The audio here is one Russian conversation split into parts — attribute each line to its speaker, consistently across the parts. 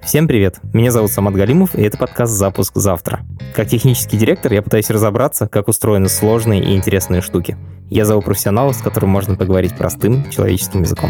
Speaker 1: Всем привет! Меня зовут Самат Галимов, и это подкаст «Запуск завтра». Как технический директор я пытаюсь разобраться, как устроены сложные и интересные штуки. Я зову профессионала, с которым можно поговорить простым человеческим языком.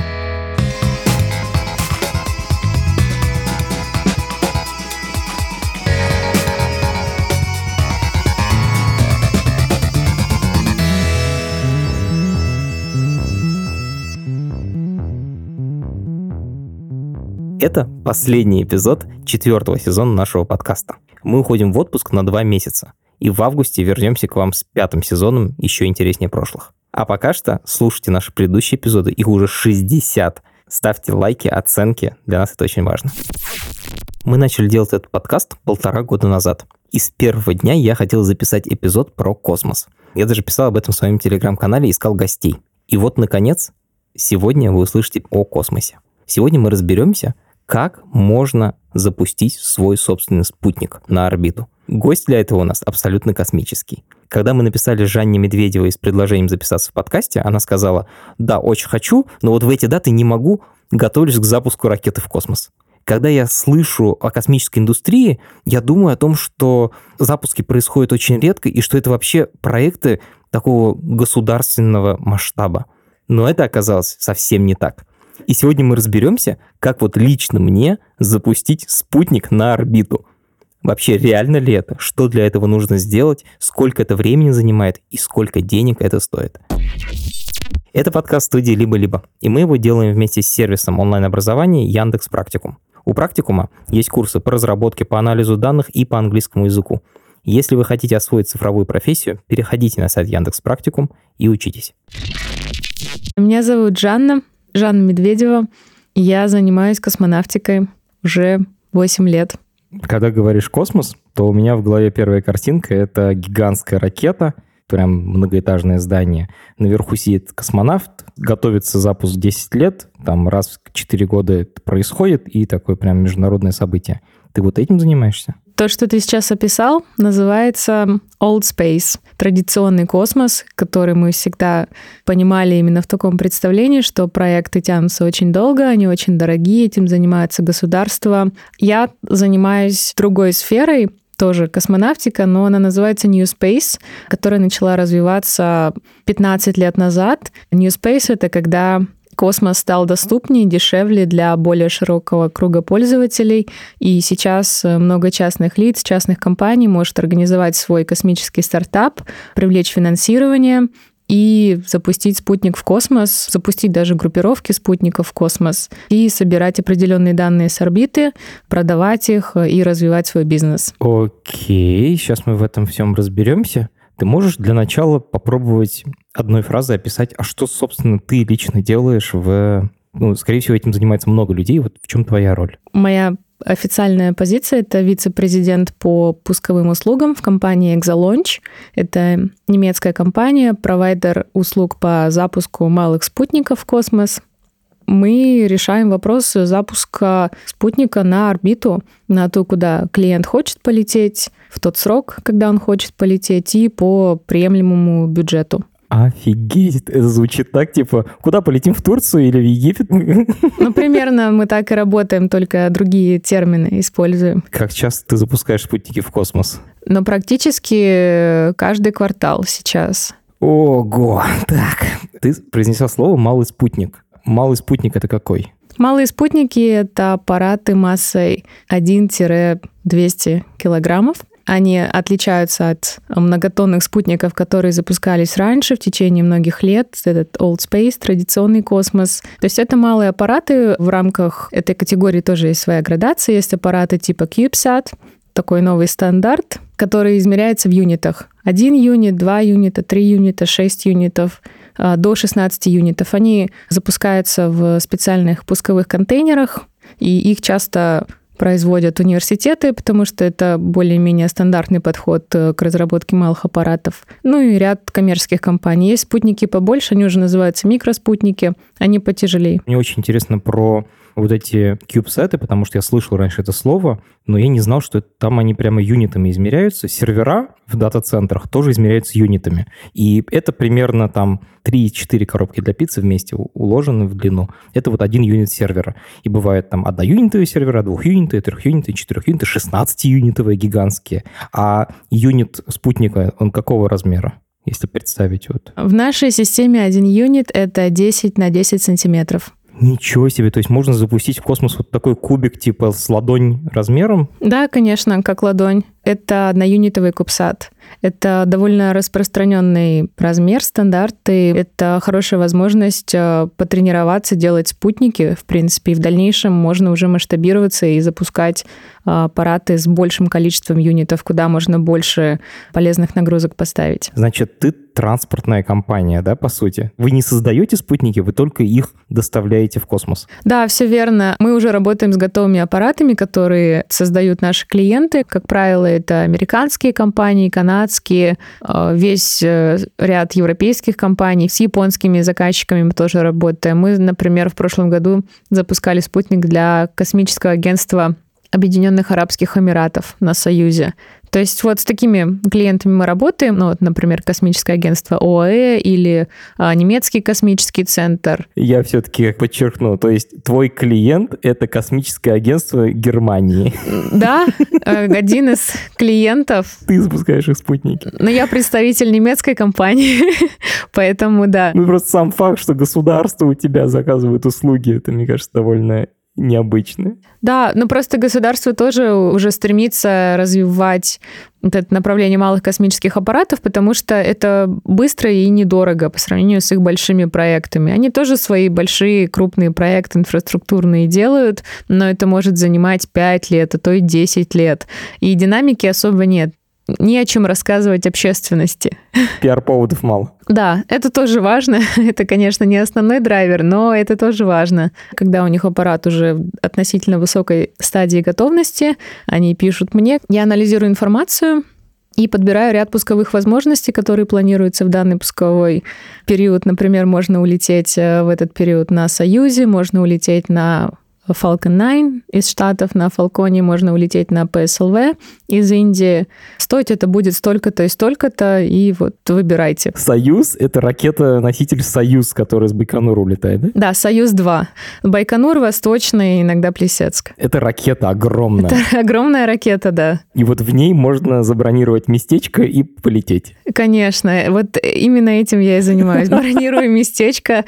Speaker 1: Это последний эпизод 4-го сезона нашего подкаста. Мы уходим в отпуск на 2 месяца, и в августе вернемся к вам с 5-м сезоном еще интереснее прошлых. А пока что слушайте наши предыдущие эпизоды, их уже 60. Ставьте лайки, оценки, для нас это очень важно. Мы начали делать этот подкаст 1,5 года назад, и с первого дня я хотел записать эпизод про космос. Я даже писал об этом в своем телеграм-канале, искал гостей. И вот, наконец, сегодня вы услышите о космосе. Сегодня мы разберемся, как можно запустить свой собственный спутник на орбиту. Гость для этого у нас абсолютно космический. Когда мы написали Жанне Медведевой с предложением записаться в подкасте, она сказала: да, очень хочу, но вот в эти даты не могу, готовлюсь к запуску ракеты в космос. Когда я слышу о космической индустрии, я думаю о том, что запуски происходят очень редко и что это вообще проекты такого государственного масштаба. Но это оказалось совсем не так. И сегодня мы разберемся, как вот лично мне запустить спутник на орбиту. Вообще, реально ли это? Что для этого нужно сделать? Сколько это времени занимает? И сколько денег это стоит? Это подкаст студии «Либо-либо», и мы его делаем вместе с сервисом онлайн-образования Яндекс.Практикум. У Практикума есть курсы по разработке, по анализу данных и по английскому языку. Если вы хотите освоить цифровую профессию, переходите на сайт Яндекс.Практикум и учитесь.
Speaker 2: Меня зовут Жанна Медведева. Я занимаюсь космонавтикой уже 8 лет.
Speaker 1: Когда говоришь «космос», то у меня в голове первая картинка — это гигантская ракета, прям многоэтажное здание. Наверху сидит космонавт, готовится запуск 10 лет, там раз в 4 года это происходит, и такое прям международное событие. Ты вот этим занимаешься?
Speaker 2: То, что ты сейчас описал, называется Old Space, традиционный космос, который мы всегда понимали именно в таком представлении, что проекты тянутся очень долго, они очень дорогие, этим занимается государство. Я занимаюсь другой сферой, тоже космонавтика, но она называется New Space, которая начала развиваться 15 лет назад. New Space — это когда космос стал доступнее, дешевле для более широкого круга пользователей. И сейчас много частных лиц, частных компаний может организовать свой космический стартап, привлечь финансирование и запустить спутник в космос, запустить даже группировки спутников в космос и собирать определенные данные с орбиты, продавать их и развивать свой бизнес.
Speaker 1: Окей, сейчас мы в этом всем разберемся. Ты можешь для начала попробовать одной фразой описать, а что, собственно, ты лично делаешь скорее всего, этим занимается много людей. Вот в чем твоя роль?
Speaker 2: Моя официальная позиция — это вице-президент по пусковым услугам в компании Exalaunch. Это немецкая компания, провайдер услуг по запуску малых спутников в космос. Мы решаем вопрос запуска спутника на орбиту, на то, куда клиент хочет полететь, в тот срок, когда он хочет полететь, и по приемлемому бюджету.
Speaker 1: Офигеть, это звучит так, типа, куда полетим, в Турцию или в Египет?
Speaker 2: Примерно мы так и работаем, только другие термины используем.
Speaker 1: Как часто ты запускаешь спутники в космос?
Speaker 2: Практически каждый квартал сейчас.
Speaker 1: Ого, так. Ты произнесла слово «малый спутник». Малый спутник — это какой?
Speaker 2: Малые спутники — это аппараты массой 1-200 килограммов. Они отличаются от многотонных спутников, которые запускались раньше в течение многих лет. Этот Old Space, традиционный космос. То есть это малые аппараты. В рамках этой категории тоже есть своя градация. Есть аппараты типа CubeSat, такой новый стандарт, который измеряется в юнитах. 1 юнит, 2 юнита, 3 юнита, 6 юнитов, до 16 юнитов. Они запускаются в специальных пусковых контейнерах, и их часто производят университеты, потому что это более-менее стандартный подход к разработке малых аппаратов. И ряд коммерческих компаний. Есть спутники побольше, они уже называются микроспутники, они потяжелее.
Speaker 1: Мне очень интересно про вот эти CubeSat, потому что я слышал раньше это слово, но я не знал, что там они прямо юнитами измеряются. Сервера в дата-центрах тоже измеряются юнитами. И это примерно там 3-4 коробки для пиццы вместе уложены в длину. Это вот 1 юнит сервера. И бывает там 1-юнитовые сервера, 2-юнитовые, 3-юнитовые, 4-юнитовые, 16-юнитовые гигантские. А юнит спутника, он какого размера? Если представить вот.
Speaker 2: В нашей системе 1 юнит — это 10 на 10 сантиметров.
Speaker 1: Ничего себе, то есть можно запустить в космос вот такой кубик типа с ладонь размером?
Speaker 2: Да, конечно, как ладонь. Это 1-юнитовый CubeSat. Это довольно распространенный размер, стандарт, и это хорошая возможность потренироваться, делать спутники, в принципе, и в дальнейшем можно уже масштабироваться и запускать аппараты с большим количеством юнитов, куда можно больше полезных нагрузок поставить.
Speaker 1: Значит, ты транспортная компания, да, по сути? Вы не создаете спутники, вы только их доставляете в космос.
Speaker 2: Да, все верно. Мы уже работаем с готовыми аппаратами, которые создают наши клиенты. Как правило, это американские компании, канадские, весь ряд европейских компаний. С японскими заказчиками мы тоже работаем. Мы, например, в прошлом году запускали спутник для космического агентства Объединенных Арабских Эмиратов на Союзе. То есть вот с такими клиентами мы работаем, ну вот, например, космическое агентство ОАЭ или немецкий космический центр.
Speaker 1: Я все-таки подчеркну, то есть твой клиент — это космическое агентство Германии.
Speaker 2: Да, один из клиентов.
Speaker 1: Ты запускаешь их спутники.
Speaker 2: Но я представитель немецкой компании, поэтому да.
Speaker 1: Ну просто сам факт, что государство у тебя заказывает услуги, это, мне кажется, довольно необычно.
Speaker 2: Да, но просто государство тоже уже стремится развивать вот это направление малых космических аппаратов, потому что это быстро и недорого по сравнению с их большими проектами. Они тоже свои большие крупные проекты инфраструктурные делают, но это может занимать 5 лет, а то и 10 лет. И динамики особо нет. Не о чем рассказывать общественности.
Speaker 1: Пиар-поводов мало.
Speaker 2: Да, это тоже важно. Это, конечно, не основной драйвер, но это тоже важно. Когда у них аппарат уже в относительно высокой стадии готовности, они пишут мне, я анализирую информацию и подбираю ряд пусковых возможностей, которые планируются в данный пусковой период. Например, можно улететь в этот период на Союзе, можно улететь на Falcon 9 из Штатов, на Фалконе можно улететь на PSLV из Индии. Стоить это будет столько-то и столько-то, и вот выбирайте.
Speaker 1: Союз — это ракета-носитель «Союз», который с Байконура улетает, да?
Speaker 2: Да, Союз-2. Байконур, Восточный, иногда Плесецк.
Speaker 1: Это ракета огромная.
Speaker 2: Это огромная ракета, да.
Speaker 1: И вот в ней можно забронировать местечко и полететь.
Speaker 2: Конечно, вот именно этим я и занимаюсь. Бронирую местечко,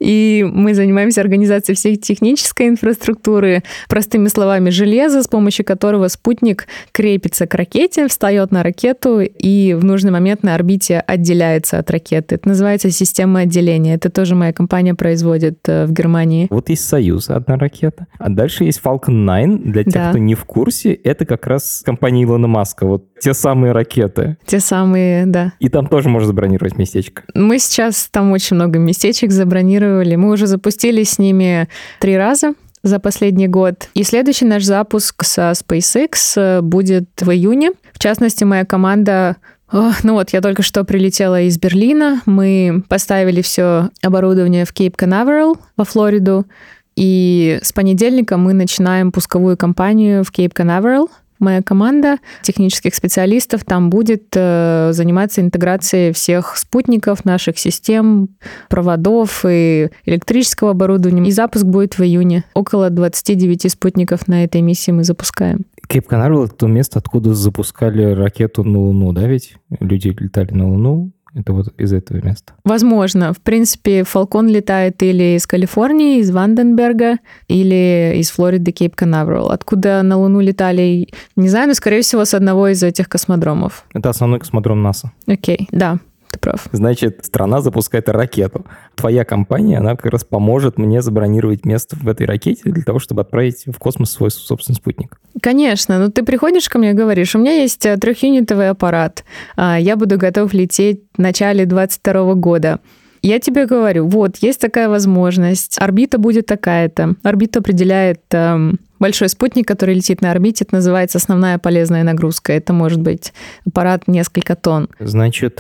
Speaker 2: и мы занимаемся организацией всей технической инфраструктуры, простыми словами, железо, с помощью которого спутник крепится к ракете, встает на ракету и в нужный момент на орбите отделяется от ракеты. Это называется система отделения. Это тоже моя компания производит в Германии.
Speaker 1: Вот есть «Союз», одна ракета. А дальше есть Falcon 9. Для тех, кто не в курсе, это как раз компания Илона Маска. Вот те самые ракеты.
Speaker 2: Те самые, да.
Speaker 1: И там тоже можно забронировать местечко.
Speaker 2: Мы сейчас там очень много местечек забронировали. Мы уже запустили с ними 3 раза за последний год. И следующий наш запуск со SpaceX будет в июне. В частности, моя команда... я только что прилетела из Берлина. Мы поставили все оборудование в Кейп Канаверал во Флориду. И с понедельника мы начинаем пусковую кампанию в Кейп Канаверал. Моя команда технических специалистов там будет заниматься интеграцией всех спутников, наших систем, проводов и электрического оборудования. И запуск будет в июне. Около 29 спутников на этой миссии мы запускаем.
Speaker 1: Кейп Канаверал — это то место, откуда запускали ракету на Луну, да, ведь? Люди летали на Луну. Это вот из этого места.
Speaker 2: Возможно. В принципе, Falcon летает или из Калифорнии, из Ванденберга, или из Флориды, Кейп Канаверал. Откуда на Луну летали, не знаю, но, скорее всего, с одного из этих космодромов.
Speaker 1: Это основной космодром НАСА.
Speaker 2: Окей, да. Ты прав.
Speaker 1: Значит, страна запускает ракету. Твоя компания, она как раз поможет мне забронировать место в этой ракете для того, чтобы отправить в космос свой собственный спутник.
Speaker 2: Конечно. Но ты приходишь ко мне и говоришь, у меня есть 3-юнитовый аппарат, я буду готов лететь в начале 2022 года. Я тебе говорю, вот, есть такая возможность, орбита будет такая-то. Орбиту определяет большой спутник, который летит на орбите, это называется основная полезная нагрузка. Это может быть аппарат несколько тонн.
Speaker 1: Значит,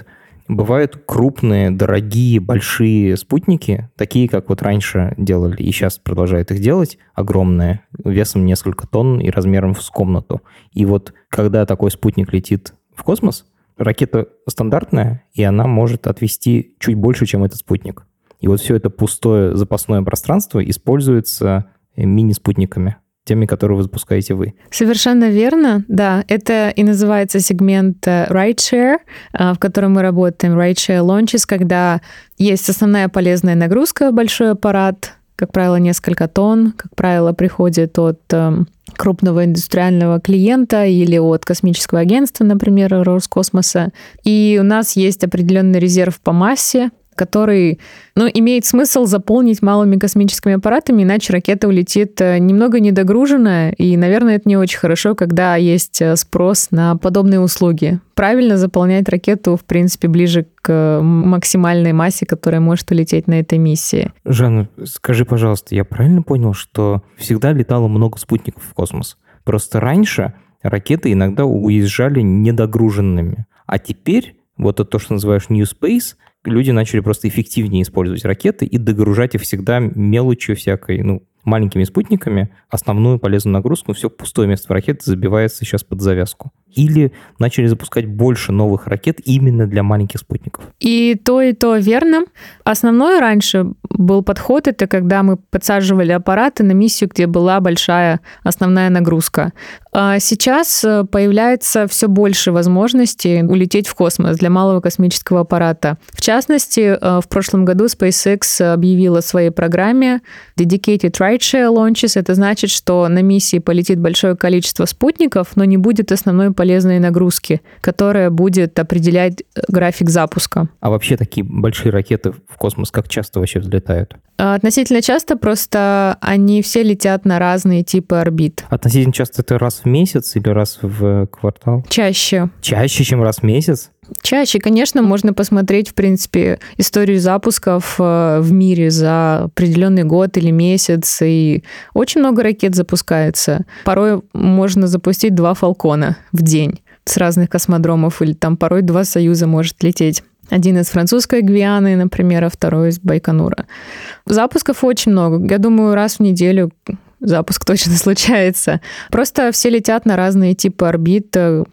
Speaker 1: Бывают крупные, дорогие, большие спутники, такие, как вот раньше делали, и сейчас продолжают их делать, огромные, весом несколько тонн и размером с комнату. И вот когда такой спутник летит в космос, ракета стандартная, и она может отвести чуть больше, чем этот спутник. И вот все это пустое запасное пространство используется мини-спутниками, теми, которые вы запускаете вы.
Speaker 2: Совершенно верно, да. Это и называется сегмент rideshare, в котором мы работаем, rideshare launches, когда есть основная полезная нагрузка, большой аппарат, как правило, несколько тонн, как правило, приходит от крупного индустриального клиента или от космического агентства, например, Роскосмоса. И у нас есть определенный резерв по массе, который, имеет смысл заполнить малыми космическими аппаратами, иначе ракета улетит немного недогруженная, и, наверное, это не очень хорошо, когда есть спрос на подобные услуги. Правильно заполнять ракету, в принципе, ближе к максимальной массе, которая может улететь на этой миссии.
Speaker 1: Жанна, скажи, пожалуйста, я правильно понял, что всегда летало много спутников в космос? Просто раньше ракеты иногда уезжали недогруженными, а теперь вот это то, что называешь New Space, люди начали просто эффективнее использовать ракеты и догружать их всегда мелочью всякой, маленькими спутниками. Основную полезную нагрузку, все пустое место в ракете забивается сейчас под завязку. Или начали запускать больше новых ракет именно для маленьких спутников.
Speaker 2: И то верно. Основной раньше был подход, это когда мы подсаживали аппараты на миссию, где была большая основная нагрузка. А сейчас появляется все больше возможностей улететь в космос для малого космического аппарата. В частности, в прошлом году SpaceX объявила о своей программе Dedicated Rideshare Launches. Это значит, что на миссии полетит большое количество спутников, но не будет основной полезной нагрузки, которая будет определять график запуска.
Speaker 1: А вообще такие большие ракеты в космос как часто вообще взлетают?
Speaker 2: Относительно часто, просто они все летят на разные типы орбит.
Speaker 1: Относительно часто это раз в месяц или раз в квартал?
Speaker 2: Чаще.
Speaker 1: Чаще, чем раз в месяц?
Speaker 2: Чаще, конечно, можно посмотреть, в принципе, историю запусков в мире за определенный год или месяц, и очень много ракет запускается. Порой можно запустить 2 «Фалкона» в день с разных космодромов, или там порой 2 «Союза» может лететь. Один из французской Гвианы, например, а второй из Байконура. Запусков очень много. Я думаю, раз в неделю запуск точно случается. Просто все летят на разные типы орбит,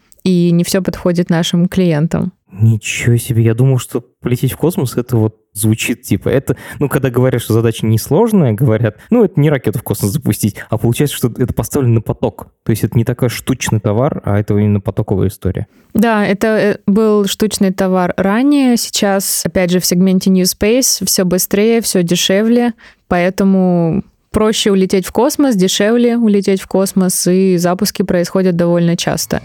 Speaker 2: и не все подходит нашим клиентам.
Speaker 1: Ничего себе, я думал, что полететь в космос, это вот звучит типа, это, когда говорят, что задача несложная, говорят, это не ракету в космос запустить, а получается, что это поставлено на поток. То есть это не такой штучный товар, а это именно потоковая история.
Speaker 2: Да, это был штучный товар ранее, сейчас, опять же, в сегменте New Space все быстрее, все дешевле, поэтому проще улететь в космос, дешевле улететь в космос, и запуски происходят довольно часто.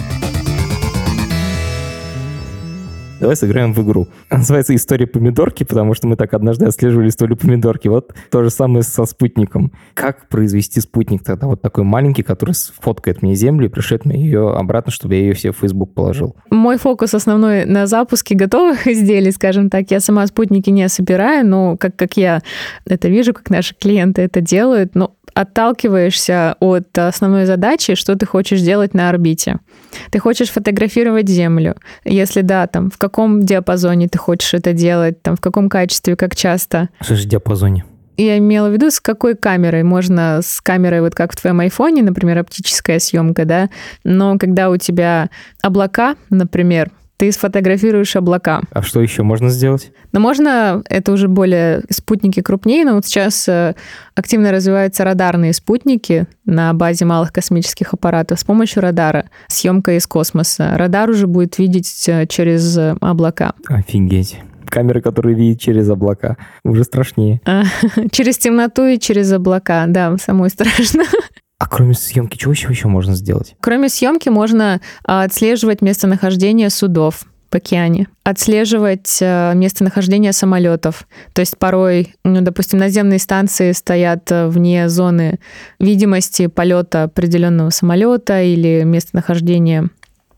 Speaker 1: Давай сыграем в игру. Называется «История помидорки», потому что мы так однажды отслеживали историю помидорки. Вот то же самое со спутником. Как произвести спутник тогда вот такой маленький, который сфоткает мне Землю и пришлет мне ее обратно, чтобы я ее себе в Facebook положил?
Speaker 2: Мой фокус основной на запуске готовых изделий, скажем так. Я сама спутники не собираю, но как я это вижу, как наши клиенты это делают, отталкиваешься от основной задачи, что ты хочешь делать на орбите. Ты хочешь фотографировать Землю. Если да, в каком диапазоне ты хочешь это делать, в каком качестве, как часто.
Speaker 1: Что же в диапазоне?
Speaker 2: Я имела в виду, с какой камерой. Можно с камерой, вот как в твоем айфоне, например, оптическая съемка, да, но когда у тебя облака, например, ты сфотографируешь облака.
Speaker 1: А что еще можно сделать?
Speaker 2: Можно, это уже более спутники крупнее, но вот сейчас активно развиваются радарные спутники на базе малых космических аппаратов с помощью радара, съемка из космоса. Радар уже будет видеть через облака.
Speaker 1: Офигеть. Камеры, которые видят через облака. Уже страшнее.
Speaker 2: Через темноту и через облака, да, самой страшно.
Speaker 1: А кроме съемки, чего еще можно сделать?
Speaker 2: Кроме съемки можно отслеживать местонахождение судов в океане, отслеживать местонахождение самолетов. То есть порой, допустим, наземные станции стоят вне зоны видимости полета определенного самолета или местонахождения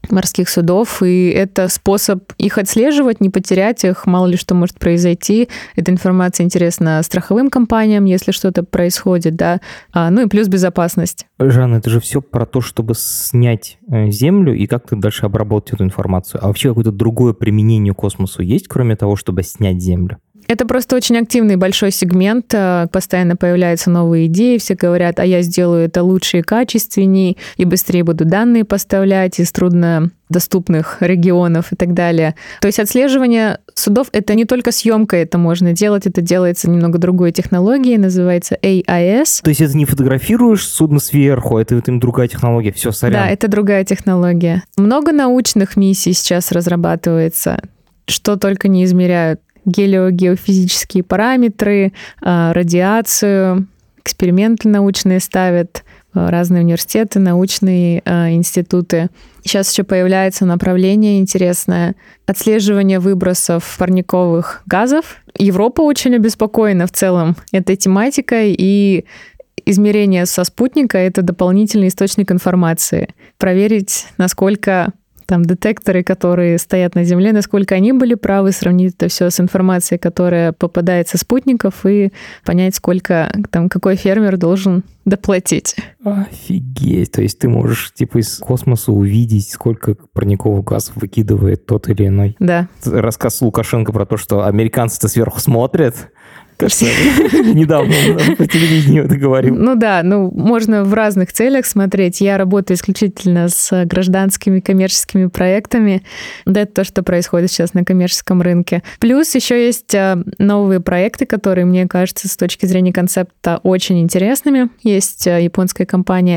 Speaker 2: морских судов, и это способ их отслеживать, не потерять их, мало ли что может произойти. Эта информация интересна страховым компаниям, если что-то происходит, да. Ну и плюс безопасность.
Speaker 1: Жанна, это же все про то, чтобы снять Землю и как-то дальше обработать эту информацию. А вообще какое-то другое применение космосу есть, кроме того, чтобы снять Землю?
Speaker 2: Это просто очень активный большой сегмент, постоянно появляются новые идеи, все говорят, а я сделаю это лучше и качественней, и быстрее буду данные поставлять из труднодоступных регионов и так далее. То есть отслеживание судов — это не только съемка, это можно делать, это делается немного другой технологией, называется AIS.
Speaker 1: То есть это не фотографируешь судно сверху, это им другая технология, все, сорян.
Speaker 2: Да, это другая технология. Много научных миссий сейчас разрабатывается, что только не измеряют. Геофизические параметры, радиацию, эксперименты научные ставят, разные университеты, научные институты. Сейчас еще появляется направление интересное — отслеживание выбросов парниковых газов. Европа очень обеспокоена в целом этой тематикой, и измерение со спутника — это дополнительный источник информации. Проверить, насколько там детекторы, которые стоят на Земле, насколько они были правы, сравнить это все с информацией, которая попадает со спутников, и понять, сколько там какой фермер должен доплатить.
Speaker 1: Офигеть! То есть ты можешь типа из космоса увидеть, сколько парниковых газов выкидывает тот или иной.
Speaker 2: Да.
Speaker 1: Рассказ Лукашенко про то, что американцы-то сверху смотрят. Кажется, недавно по телевидению это говорил.
Speaker 2: Ну да, можно в разных целях смотреть. Я работаю исключительно с гражданскими коммерческими проектами. Да, это то, что происходит сейчас на коммерческом рынке. Плюс еще есть новые проекты, которые, мне кажется, с точки зрения концепта очень интересными. Есть японская компания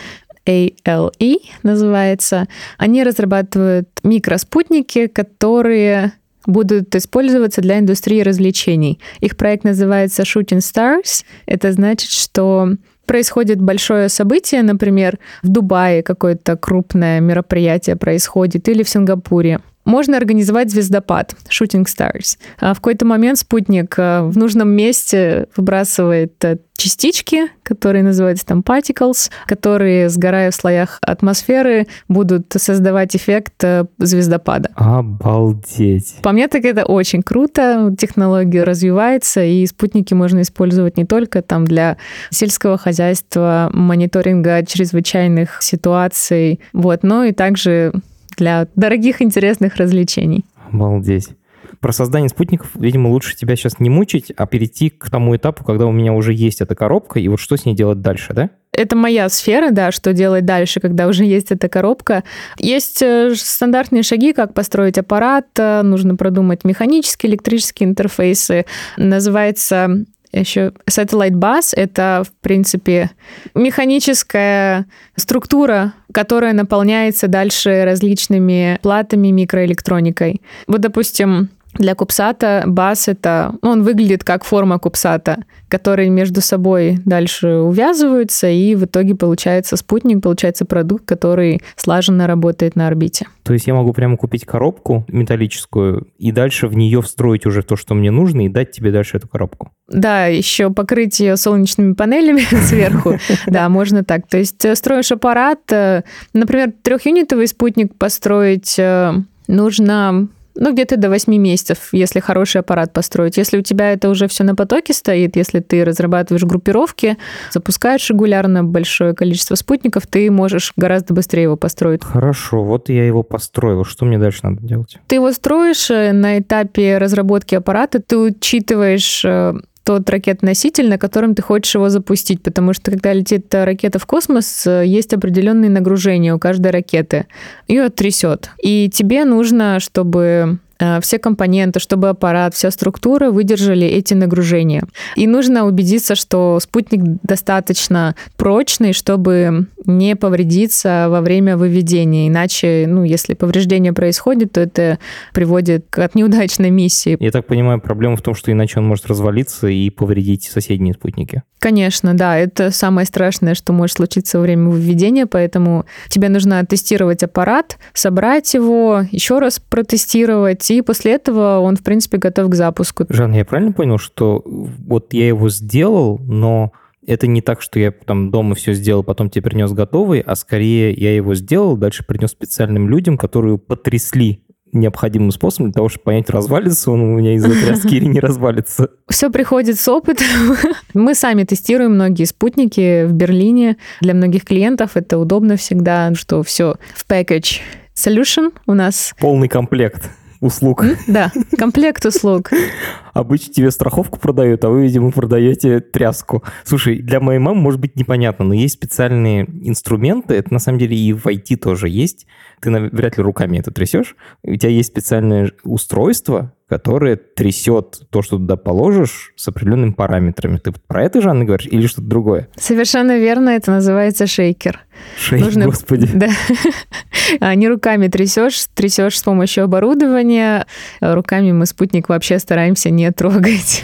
Speaker 2: ALE называется. Они разрабатывают микроспутники, которые будут использоваться для индустрии развлечений. Их проект называется Shooting Stars. Это значит, что происходит большое событие, например, в Дубае какое-то крупное мероприятие происходит, или в Сингапуре. Можно организовать звездопад, Shooting Stars. А в какой-то момент спутник в нужном месте выбрасывает частички, которые называются там particles, которые, сгорая в слоях атмосферы, будут создавать эффект звездопада.
Speaker 1: Обалдеть!
Speaker 2: По мне, так это очень круто. Технология развивается, и спутники можно использовать не только там для сельского хозяйства, мониторинга чрезвычайных ситуаций, но и также для дорогих, интересных развлечений.
Speaker 1: Обалдеть. Про создание спутников, видимо, лучше тебя сейчас не мучить, а перейти к тому этапу, когда у меня уже есть эта коробка, и вот что с ней делать дальше, да?
Speaker 2: Это моя сфера, да, что делать дальше, когда уже есть эта коробка. Есть стандартные шаги, как построить аппарат, нужно продумать механические, электрические интерфейсы. Называется еще Satellite Bus — это, в принципе, механическая структура, которая наполняется дальше различными платами, микроэлектроникой. Вот, допустим, для CubeSat бас — это, он выглядит как форма CubeSat, которые между собой дальше увязываются, и в итоге получается спутник, получается продукт, который слаженно работает на орбите.
Speaker 1: То есть я могу прямо купить коробку металлическую и дальше в нее встроить уже то, что мне нужно, и дать тебе дальше эту коробку?
Speaker 2: Да, еще покрыть ее солнечными панелями сверху. Да, можно так. То есть строишь аппарат, например, 3-юнитовый спутник построить нужно где-то до 8 месяцев, если хороший аппарат построить. Если у тебя это уже все на потоке стоит, если ты разрабатываешь группировки, запускаешь регулярно большое количество спутников, ты можешь гораздо быстрее его построить.
Speaker 1: Хорошо, вот я его построил. Что мне дальше надо делать?
Speaker 2: Ты его строишь на этапе разработки аппарата, ты учитываешь тот ракет-носитель, на котором ты хочешь его запустить, потому что когда летит ракета в космос, есть определенные нагружения у каждой ракеты. Ее трясет. И тебе нужно, чтобы все компоненты, чтобы аппарат, вся структура выдержали эти нагружения. И нужно убедиться, что спутник достаточно прочный, чтобы не повредиться во время выведения. Иначе, если повреждение происходит, то это приводит к неудачной миссии.
Speaker 1: Я так понимаю, проблема в том, что иначе он может развалиться и повредить соседние спутники.
Speaker 2: Конечно, да. Это самое страшное, что может случиться во время выведения, поэтому тебе нужно тестировать аппарат, собрать его, еще раз протестировать, и после этого он, в принципе, готов к запуску.
Speaker 1: Жанна, я правильно понял, что вот я его сделал, но это не так, что я там дома все сделал, потом тебе принес готовый, а скорее я его сделал, дальше принес специальным людям, которые потрясли необходимым способом для того, чтобы понять, развалится он у меня из-за тряски или не развалится.
Speaker 2: Все приходит с опытом. Мы сами тестируем многие спутники в Берлине. Для многих клиентов это удобно всегда, что все в package solution у нас.
Speaker 1: Полный комплект услуг.
Speaker 2: Да, комплект услуг.
Speaker 1: Обычно тебе страховку продают, а вы, видимо, продаете тряску. Слушай, для моей мамы может быть непонятно, но есть специальные инструменты, это на самом деле и в IT тоже есть. Ты вряд ли руками это трясешь. У тебя есть специальное устройство, которое трясет то, что туда положишь, с определенными параметрами. Ты про это, Жанна, говоришь, или что-то другое?
Speaker 2: Совершенно верно, это называется шейкер.
Speaker 1: Шейкер, господи.
Speaker 2: Да. Не руками трясешь с помощью оборудования. Руками мы спутник вообще стараемся не трогать.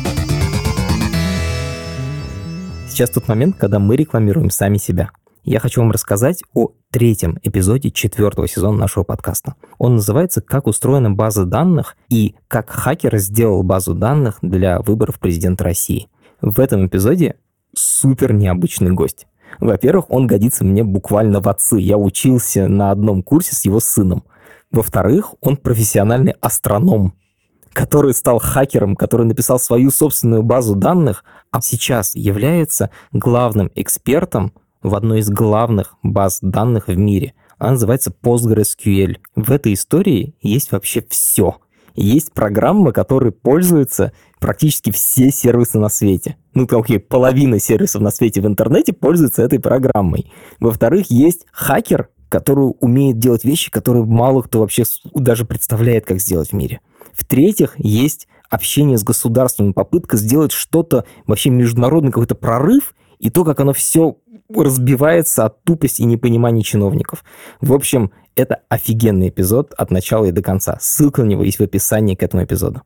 Speaker 1: Сейчас тот момент, когда мы рекламируем сами себя. Я хочу вам рассказать о 3-м эпизоде 4-го сезона нашего подкаста. Он называется «Как устроена база данных» и «Как хакер сделал базу данных для выборов президента России». В этом эпизоде супер необычный гость. Во-первых, он годится мне буквально в отцы. Я учился на одном курсе с его сыном. Во-вторых, он профессиональный астроном, который стал хакером, который написал свою собственную базу данных, а сейчас является главным экспертом в одной из главных баз данных в мире. Она называется PostgreSQL. В этой истории есть вообще все. Есть программа, которой пользуются практически все сервисы на свете. Половина сервисов на свете в интернете пользуются этой программой. Во-вторых, есть хакер, который умеет делать вещи, которые мало кто вообще даже представляет, как сделать в мире. В-третьих, есть общение с государством, попытка сделать что-то, вообще международный какой-то прорыв, и то, как оно все разбивается от тупости и непонимания чиновников. В общем, это офигенный эпизод от начала и до конца. Ссылка на него есть в описании к этому эпизоду.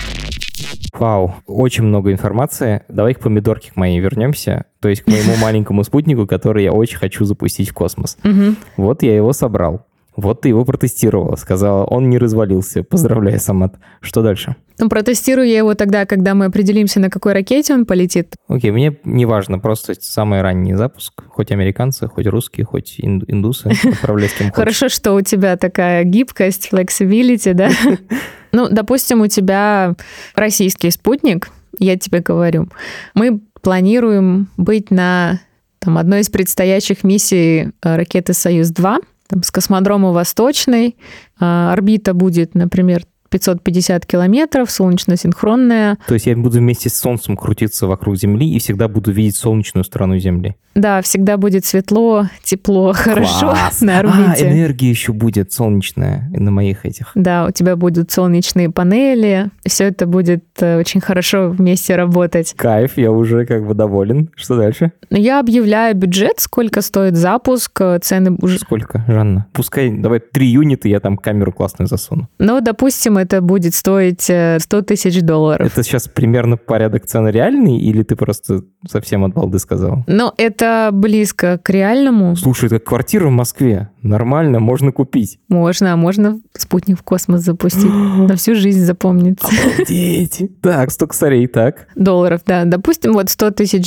Speaker 1: Вау, очень много информации. Давай к помидорке к моей вернемся. То есть к моему маленькому спутнику, который я очень хочу запустить в космос. Вот я его собрал. Вот ты его протестировала, сказала, он не развалился. Поздравляю, Самат. Что дальше?
Speaker 2: Протестирую я его тогда, когда мы определимся, на какой ракете он полетит.
Speaker 1: Окей, мне не важно, просто самый ранний запуск. Хоть американцы, хоть русские, хоть индусы. Отправляй с кем хочешь.
Speaker 2: Хорошо, что у тебя такая гибкость, flexibility, да? Допустим, у тебя российский спутник, я тебе говорю. Мы планируем быть на одной из предстоящих миссий ракеты «Союз-2», с космодрома Восточный. Орбита будет, например, 550 километров, солнечно-синхронная.
Speaker 1: То есть я буду вместе с Солнцем крутиться вокруг Земли и всегда буду видеть солнечную сторону Земли?
Speaker 2: Да, всегда будет светло, тепло, хорошо на орбите.
Speaker 1: Энергия еще будет солнечная на моих этих.
Speaker 2: Да, у тебя будут солнечные панели, все это будет очень хорошо вместе работать.
Speaker 1: Кайф, я уже доволен. Что дальше?
Speaker 2: Я объявляю бюджет, сколько стоит запуск, цены уже...
Speaker 1: Сколько, Жанна? Пускай, давай 3 юнита, я там камеру классную засуну.
Speaker 2: Допустим, это будет стоить $100 тысяч.
Speaker 1: Это сейчас примерно порядок цены реальный, или ты просто совсем от балды сказал?
Speaker 2: Это близко к реальному.
Speaker 1: Слушай, это квартира в Москве. Нормально, можно купить.
Speaker 2: Можно спутник в космос запустить. На всю жизнь запомнится.
Speaker 1: Обалдеть. Так, 100 косарей, так.
Speaker 2: Долларов, да. Допустим, $100 тысяч,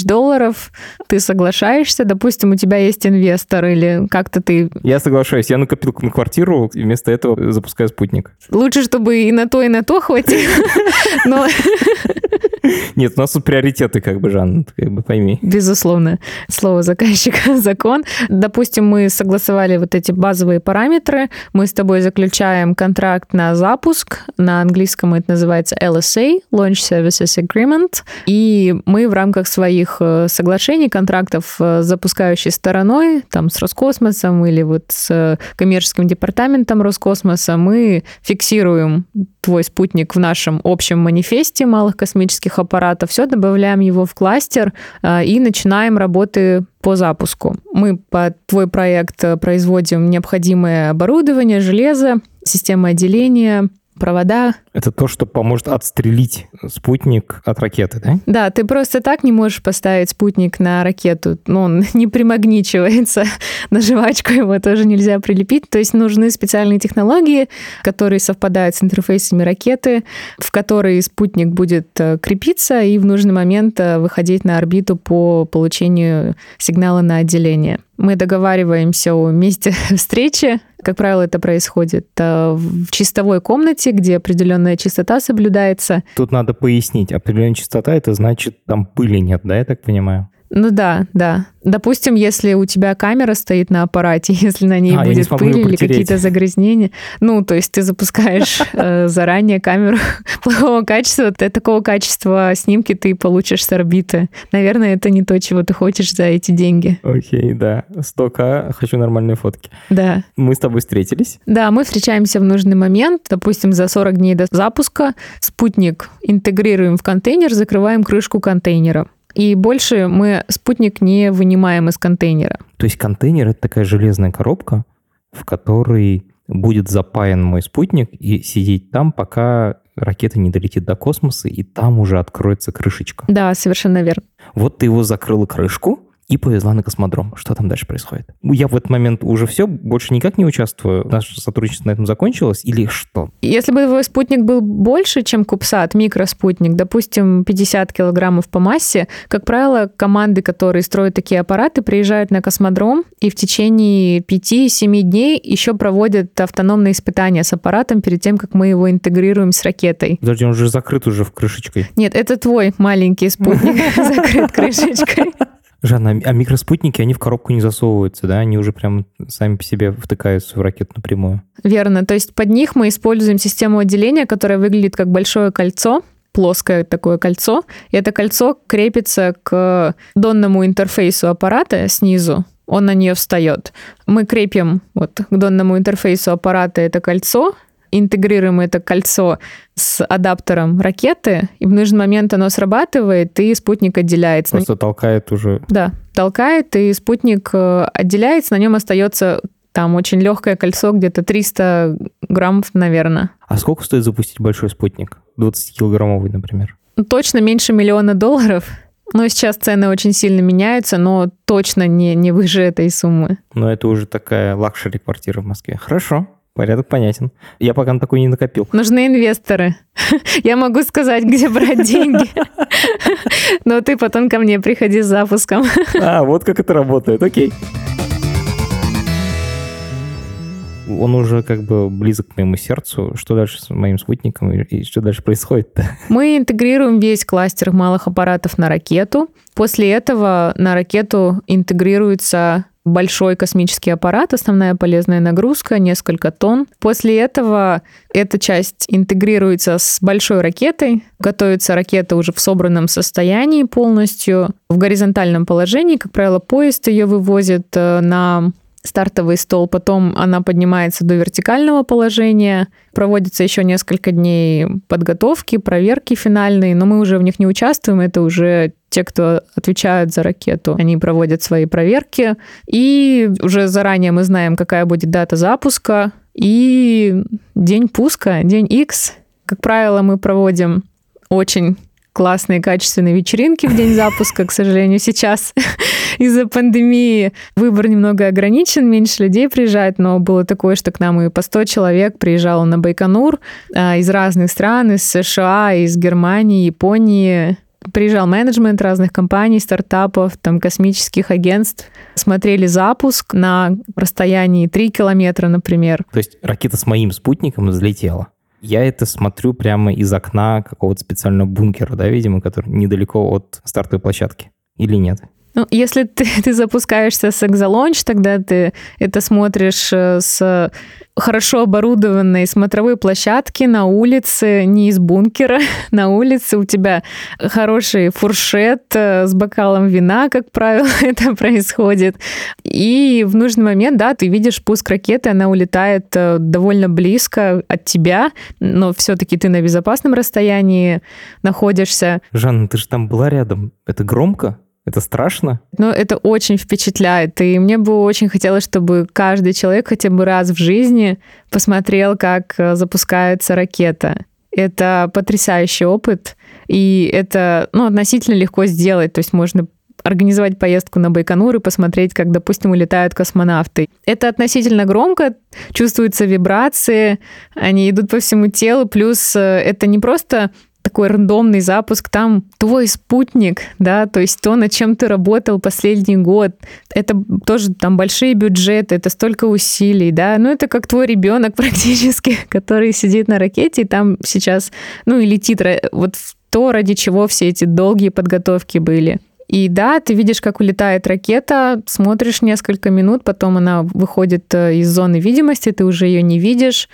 Speaker 2: ты соглашаешься, допустим, у тебя есть инвестор или как-то ты...
Speaker 1: Я соглашаюсь, я накопил на квартиру, и вместо этого запускаю спутник.
Speaker 2: Лучше, чтобы и на то хватило, но...
Speaker 1: Нет, у нас тут приоритеты, Жанна, пойми.
Speaker 2: Безусловно. Слово заказчика – закон. Допустим, мы согласовали вот эти базовые параметры, мы с тобой заключаем контракт на запуск, на английском это называется LSA, Launch Services Agreement, и мы в рамках своих соглашений, контрактов с запускающей стороной, с Роскосмосом или с коммерческим департаментом Роскосмоса, мы фиксируем твой спутник в нашем общем манифесте малых космических аппаратов, все, добавляем его в кластер и начинаем работы по запуску. Мы под твой проект производим необходимое оборудование, железо, системы отделения, провода.
Speaker 1: Это то, что поможет отстрелить спутник от ракеты, да?
Speaker 2: Да, ты просто так не можешь поставить спутник на ракету. Ну, он не примагничивается. На жвачку его тоже нельзя прилепить. То есть нужны специальные технологии, которые совпадают с интерфейсами ракеты, в которые спутник будет крепиться и в нужный момент выходить на орбиту по получению сигнала на отделение. Мы договариваемся о месте встречи. Как правило, это происходит в чистовой комнате, где определенная чистота соблюдается.
Speaker 1: Тут надо пояснить. Определенная чистота — это значит, там пыли нет, да, я так понимаю?
Speaker 2: Ну да. Допустим, если у тебя камера стоит на аппарате, если на ней будет пыль или какие-то загрязнения, ну, то есть ты запускаешь заранее камеру плохого качества, такого качества снимки ты получишь с орбиты. Наверное, это не то, чего ты хочешь за эти деньги.
Speaker 1: Окей, да. 100К, хочу нормальные фотки.
Speaker 2: Да.
Speaker 1: Мы с тобой встретились?
Speaker 2: Да, мы встречаемся в нужный момент. Допустим, за 40 дней до запуска спутник интегрируем в контейнер, закрываем крышку контейнера. И больше мы спутник не вынимаем из контейнера.
Speaker 1: То есть контейнер — это такая железная коробка, в которой будет запаян мой спутник и сидеть там, пока ракета не долетит до космоса, и там уже откроется крышечка.
Speaker 2: Да, совершенно верно.
Speaker 1: Вот ты его закрыла крышку и повезла на космодром. Что там дальше происходит? Я в этот момент уже все, больше никак не участвую. Наше сотрудничество на этом закончилось или что?
Speaker 2: Если бы твой спутник был больше, чем CubeSat, микроспутник, допустим, 50 килограммов по массе, как правило, команды, которые строят такие аппараты, приезжают на космодром и в течение 5-7 дней еще проводят автономные испытания с аппаратом перед тем, как мы его интегрируем с ракетой.
Speaker 1: Подожди, он же закрыт уже в крышечкой.
Speaker 2: Нет, это твой маленький спутник закрыт крышечкой.
Speaker 1: Жанна, а микроспутники, они в коробку не засовываются, да? Они уже прям сами по себе втыкаются в ракету напрямую.
Speaker 2: Верно. То есть под них мы используем систему отделения, которая выглядит как большое кольцо, плоское такое кольцо. И это кольцо крепится к донному интерфейсу аппарата снизу. Он на нее встает. Мы крепим вот к донному интерфейсу аппарата это кольцо, интегрируем это кольцо с адаптером ракеты, и в нужный момент оно срабатывает, и спутник отделяется.
Speaker 1: Просто толкает уже.
Speaker 2: Да, толкает, и спутник отделяется, на нем остается там очень легкое кольцо, где-то 300 граммов, наверное.
Speaker 1: А сколько стоит запустить большой спутник? 20-килограммовый, например?
Speaker 2: Точно меньше $1 миллиона. Но сейчас цены очень сильно меняются, но точно не выше этой суммы.
Speaker 1: Но это уже такая лакшери-квартира в Москве. Хорошо. Порядок понятен. Я пока на такой не накопил.
Speaker 2: Нужны инвесторы. Я могу сказать, где брать деньги. Но ты потом ко мне приходи с запуском.
Speaker 1: Вот как это работает. Окей. Он уже как бы близок к моему сердцу. Что дальше с моим спутником и что дальше происходит-то?
Speaker 2: Мы интегрируем весь кластер малых аппаратов на ракету. После этого на ракету интегрируется большой космический аппарат, основная полезная нагрузка, несколько тонн. После этого эта часть интегрируется с большой ракетой. Готовится ракета уже в собранном состоянии полностью, в горизонтальном положении. Как правило, поезд ее вывозит на стартовый стол, потом она поднимается до вертикального положения, проводится еще несколько дней подготовки, проверки финальные, но мы уже в них не участвуем, это уже те, кто отвечают за ракету, они проводят свои проверки, и уже заранее мы знаем, какая будет дата запуска и день пуска, день X. Как правило, мы проводим очень классные, качественные вечеринки в день запуска. К сожалению, сейчас из-за пандемии выбор немного ограничен, меньше людей приезжает, но было такое, что к нам и по 100 человек приезжало на Байконур из разных стран, из США, из Германии, Японии. Приезжал менеджмент разных компаний, стартапов, там, космических агентств. Смотрели запуск на расстоянии 3 километра, например.
Speaker 1: То есть ракета с моим спутником взлетела. Я это смотрю прямо из окна какого-то специального бункера, да, видимо, который недалеко от стартовой площадки. Или нет?
Speaker 2: Ну, если ты запускаешься с Exalaunch, тогда ты это смотришь с хорошо оборудованной смотровой площадки на улице, не из бункера, на улице. У тебя хороший фуршет с бокалом вина, как правило, это происходит. И в нужный момент, да, ты видишь пуск ракеты, она улетает довольно близко от тебя, но все-таки ты на безопасном расстоянии находишься.
Speaker 1: Жанна, ты же там была рядом. Это громко? Это страшно?
Speaker 2: Ну, это очень впечатляет. И мне бы очень хотелось, чтобы каждый человек хотя бы раз в жизни посмотрел, как запускается ракета. Это потрясающий опыт, и это относительно легко сделать. То есть можно организовать поездку на Байконур и посмотреть, как, допустим, улетают космонавты. Это относительно громко, чувствуются вибрации, они идут по всему телу, плюс это не просто такой рандомный запуск, там твой спутник, да, то есть то, над чем ты работал последний год, это тоже там большие бюджеты, это столько усилий, да, это как твой ребенок практически, который сидит на ракете и там сейчас, и летит, вот то, ради чего все эти долгие подготовки были. И да, ты видишь, как улетает ракета, смотришь несколько минут, потом она выходит из зоны видимости, ты уже ее не видишь,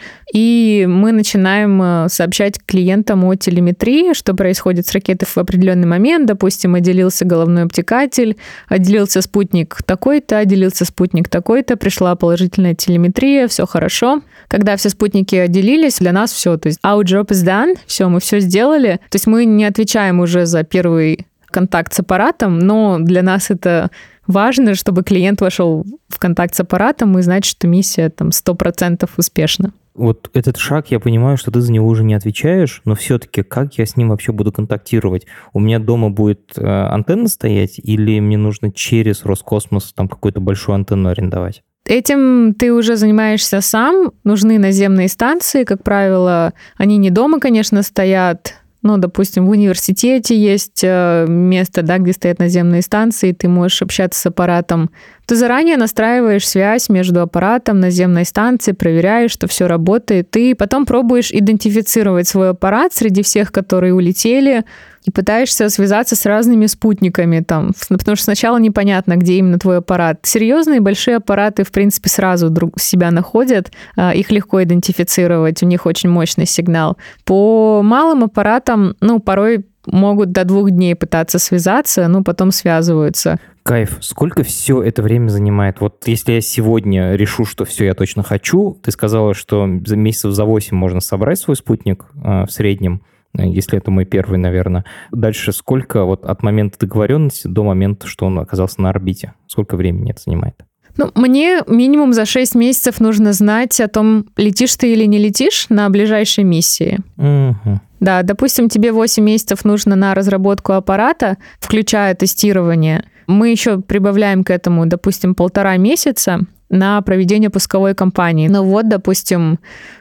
Speaker 2: и мы начинаем сообщать клиентам о телеметрии, что происходит с ракетой в определенный момент. Допустим, отделился головной обтекатель, отделился спутник такой-то, отделился спутник такой-то, пришла положительная телеметрия, все хорошо. Когда все спутники отделились, для нас все, то есть our job is done, все, мы все сделали. То есть мы не отвечаем уже за первый контакт с аппаратом, но для нас это важно, чтобы клиент вошел в контакт с аппаратом и знать, что миссия там 100% успешна.
Speaker 1: Вот этот шаг, я понимаю, что ты за него уже не отвечаешь, но все-таки как я с ним вообще буду контактировать? У меня дома будет антенна стоять или мне нужно через Роскосмос там какую-то большую антенну арендовать?
Speaker 2: Этим ты уже занимаешься сам. Нужны наземные станции, как правило, они не дома, конечно, стоят. Допустим, в университете есть место, да, где стоят наземные станции, ты можешь общаться с аппаратом. Ты заранее настраиваешь связь между аппаратом, наземной станцией, проверяешь, что все работает. Ты потом пробуешь идентифицировать свой аппарат среди всех, которые улетели, и пытаешься связаться с разными спутниками, потому что сначала непонятно, где именно твой аппарат. Серьезные большие аппараты, в принципе, сразу друг себя находят, их легко идентифицировать, у них очень мощный сигнал. По малым аппаратам, порой могут до 2 дней пытаться связаться, потом связываются.
Speaker 1: Кайф. Сколько все это время занимает? Вот если я сегодня решу, что все, я точно хочу, ты сказала, что за месяцев за 8 можно собрать свой спутник в среднем, если это мой первый, наверное. Дальше сколько вот от момента договоренности до момента, что он оказался на орбите? Сколько времени это занимает?
Speaker 2: Мне минимум за 6 месяцев нужно знать о том, летишь ты или не летишь на ближайшей миссии.
Speaker 1: Угу.
Speaker 2: Да, допустим, тебе 8 месяцев нужно на разработку аппарата, включая тестирование. Мы еще прибавляем к этому, допустим, 1,5 месяца на проведение пусковой кампании. Допустим,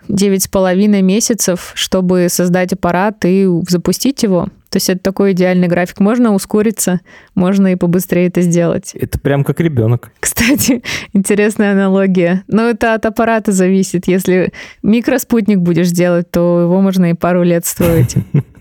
Speaker 2: 9,5 месяцев, чтобы создать аппарат и запустить его. То есть это такой идеальный график. Можно ускориться, можно и побыстрее это сделать.
Speaker 1: Это прям как ребенок.
Speaker 2: Кстати, интересная аналогия. Но это от аппарата зависит. Если микроспутник будешь делать, то его можно и пару лет строить.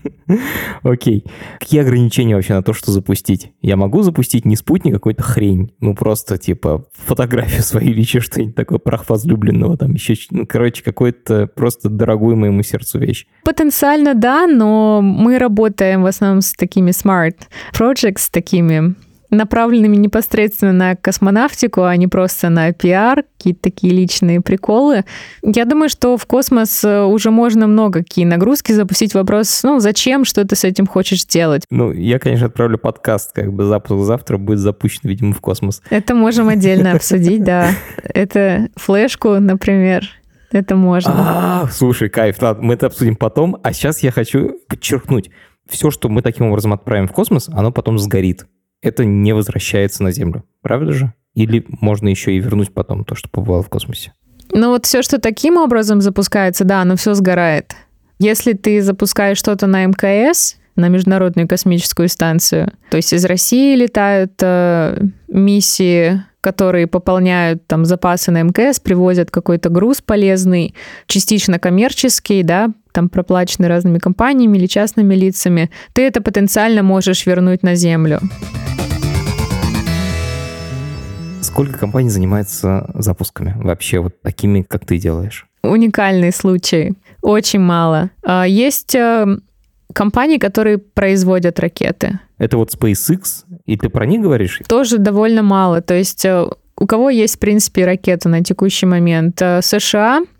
Speaker 1: Окей. Какие ограничения вообще на то, что запустить? Я могу запустить не спутник, а какую-то хрень? Просто типа фотографию свою или еще что-нибудь такое, прах возлюбленного, там еще, какой-то просто дорогую моему сердцу вещь.
Speaker 2: Потенциально да, но мы работаем в основном с такими smart projects, такими направленными непосредственно на космонавтику, а не просто на пиар, какие-то такие личные приколы. Я думаю, что в космос уже можно много какие нагрузки запустить. Вопрос, зачем, что ты с этим хочешь сделать?
Speaker 1: Я, конечно, отправлю подкаст, запуск завтра будет запущен, видимо, в космос.
Speaker 2: Это можем отдельно обсудить, да. Это флешку, например. Это можно.
Speaker 1: Слушай, кайф, мы это обсудим потом. А сейчас я хочу подчеркнуть. Все, что мы таким образом отправим в космос, оно потом сгорит. Это не возвращается на Землю. Правда же? Или можно еще и вернуть потом то, что побывало в космосе?
Speaker 2: Все, что таким образом запускается, да, оно все сгорает. Если ты запускаешь что-то на МКС, на Международную космическую станцию, то есть из России летают миссии, которые пополняют запасы на МКС, привозят какой-то груз полезный, частично коммерческий, да, проплаченный разными компаниями или частными лицами, ты это потенциально можешь вернуть на Землю.
Speaker 1: Сколько компаний занимается запусками вообще такими, как ты делаешь?
Speaker 2: Уникальный случай. Очень мало. Есть компании, которые производят ракеты.
Speaker 1: Это SpaceX, и ты про них говоришь?
Speaker 2: Тоже довольно мало. То есть у кого есть, в принципе, ракета на текущий момент? США,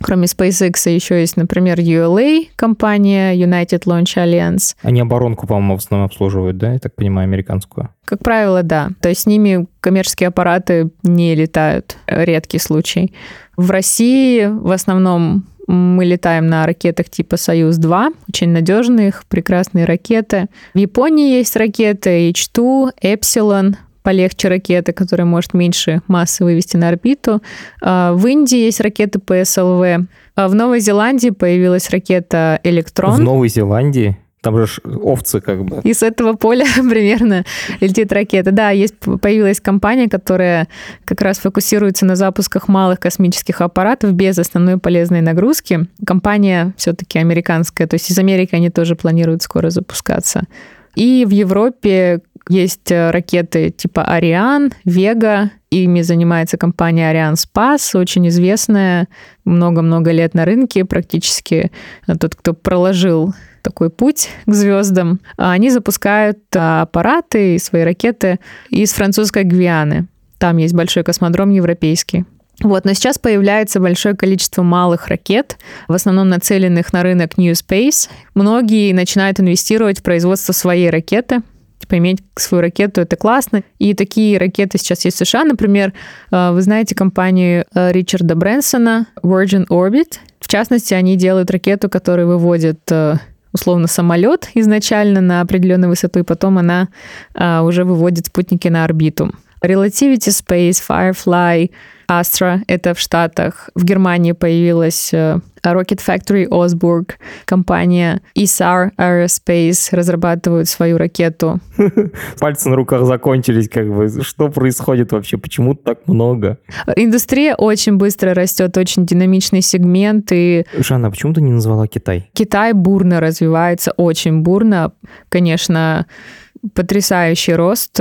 Speaker 2: Кроме SpaceX еще есть, например, ULA компания, United Launch Alliance.
Speaker 1: Они оборонку, по-моему, в основном обслуживают, да, я так понимаю, американскую?
Speaker 2: Как правило, да. То есть с ними коммерческие аппараты не летают, редкий случай. В России в основном мы летаем на ракетах типа «Союз-2», очень надежные, прекрасные ракеты. В Японии есть ракеты H2, Epsilon, полегче ракеты, которая может меньше массы вывести на орбиту. В Индии есть ракеты PSLV. В Новой Зеландии появилась ракета «Электрон».
Speaker 1: В Новой Зеландии? Там же овцы как бы.
Speaker 2: И с этого поля примерно летит ракета. Да, появилась компания, которая как раз фокусируется на запусках малых космических аппаратов без основной полезной нагрузки. Компания все-таки американская, то есть из Америки они тоже планируют скоро запускаться. И в Европе есть ракеты типа «Ариан», «Вега». Ими занимается компания «Ариансpace», очень известная, много-много лет на рынке, практически тот, кто проложил такой путь к звездам. Они запускают аппараты и свои ракеты из французской Гвианы. Там есть большой космодром европейский. Но сейчас появляется большое количество малых ракет, в основном нацеленных на рынок New Space. Многие начинают инвестировать в производство своей ракеты. Иметь свою ракету — это классно. И такие ракеты сейчас есть в США. Например, вы знаете компанию Ричарда Брэнсона Virgin Orbit. В частности, они делают ракету, которая выводит условно самолет изначально на определенную высоту, и потом она уже выводит спутники на орбиту. Relativity Space, Firefly, Astra — это в Штатах. В Германии появилась Rocket Factory Osburg, компания Isar Aerospace разрабатывают свою ракету.
Speaker 1: Пальцы на руках закончились, как бы. Что происходит вообще? Почему так много?
Speaker 2: Индустрия очень быстро растет, очень динамичный сегмент. И
Speaker 1: Жанна, почему ты не назвала Китай?
Speaker 2: Китай бурно развивается, очень бурно. Конечно, потрясающий рост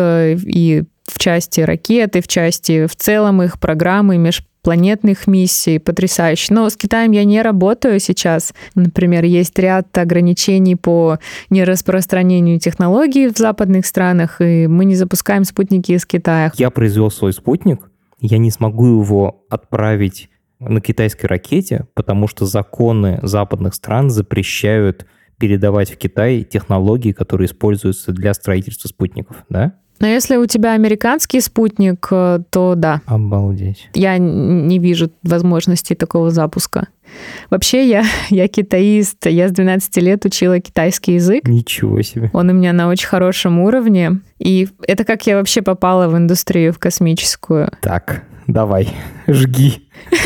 Speaker 2: и в части ракет, и в части в целом их программы, межпланетных миссий, потрясающе. Но с Китаем я не работаю сейчас. Например, есть ряд ограничений по нераспространению технологий в западных странах, и мы не запускаем спутники из Китая.
Speaker 1: Я произвел свой спутник, я не смогу его отправить на китайской ракете, потому что законы западных стран запрещают передавать в Китай технологии, которые используются для строительства спутников, да?
Speaker 2: Но если у тебя американский спутник, то да.
Speaker 1: Обалдеть.
Speaker 2: Я не вижу возможности такого запуска. Вообще, я китаист. Я с 12 лет учила китайский язык.
Speaker 1: Ничего себе.
Speaker 2: Он у меня на очень хорошем уровне. И это как я вообще попала в индустрию, в космическую.
Speaker 1: Так, давай, жги.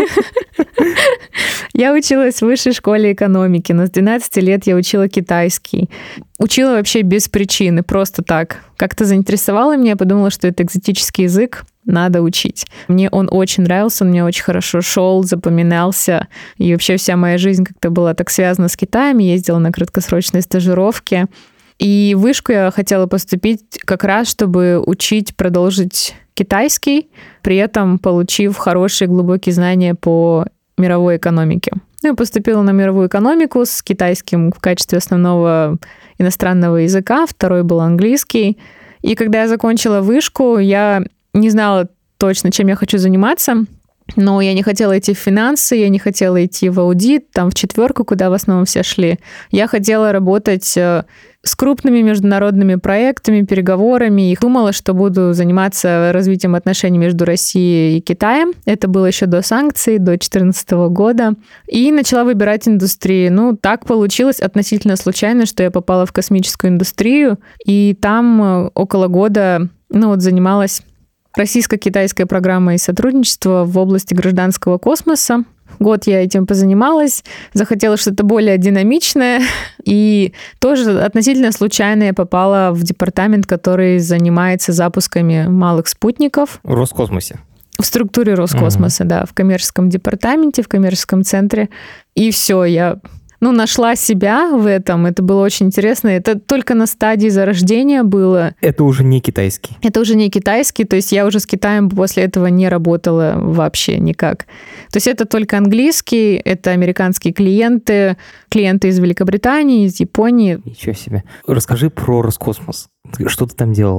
Speaker 2: Я училась в высшей школе экономики, но с 12 лет я учила китайский. Учила вообще без причины, просто так. Как-то заинтересовало меня, я подумала, что это экзотический язык, надо учить. Мне он очень нравился, он мне очень хорошо шел, запоминался. И вообще вся моя жизнь как-то была так связана с Китаем. Ездила на краткосрочные стажировки. И в вышку я хотела поступить как раз, чтобы продолжить китайский, при этом получив хорошие глубокие знания по мировой экономике. Я поступила на мировую экономику с китайским в качестве основного иностранного языка, второй был английский. И когда я закончила вышку, я не знала точно, чем я хочу заниматься, но я не хотела идти в финансы, я не хотела идти в аудит, там в четверку, куда в основном все шли. Я хотела работать с крупными международными проектами, переговорами. И думала, что буду заниматься развитием отношений между Россией и Китаем. Это было еще до санкций, до 2014 года. И начала выбирать индустрию. Так получилось относительно случайно, что я попала в космическую индустрию. И там около года занималась российско-китайской программой сотрудничества в области гражданского космоса. Год я этим позанималась, захотела что-то более динамичное, и тоже относительно случайно я попала в департамент, который занимается запусками малых спутников.
Speaker 1: В Роскосмосе.
Speaker 2: В структуре Роскосмоса, да, в коммерческом департаменте, в коммерческом центре. И все, я нашла себя в этом. Это было очень интересно. Это только на стадии зарождения было.
Speaker 1: Это уже не китайский.
Speaker 2: Это уже не китайский. То есть я уже с Китаем после этого не работала вообще никак. То есть это только английский, это американские клиенты из Великобритании, из Японии.
Speaker 1: Ничего себе. Расскажи про Роскосмос. Что ты там делала?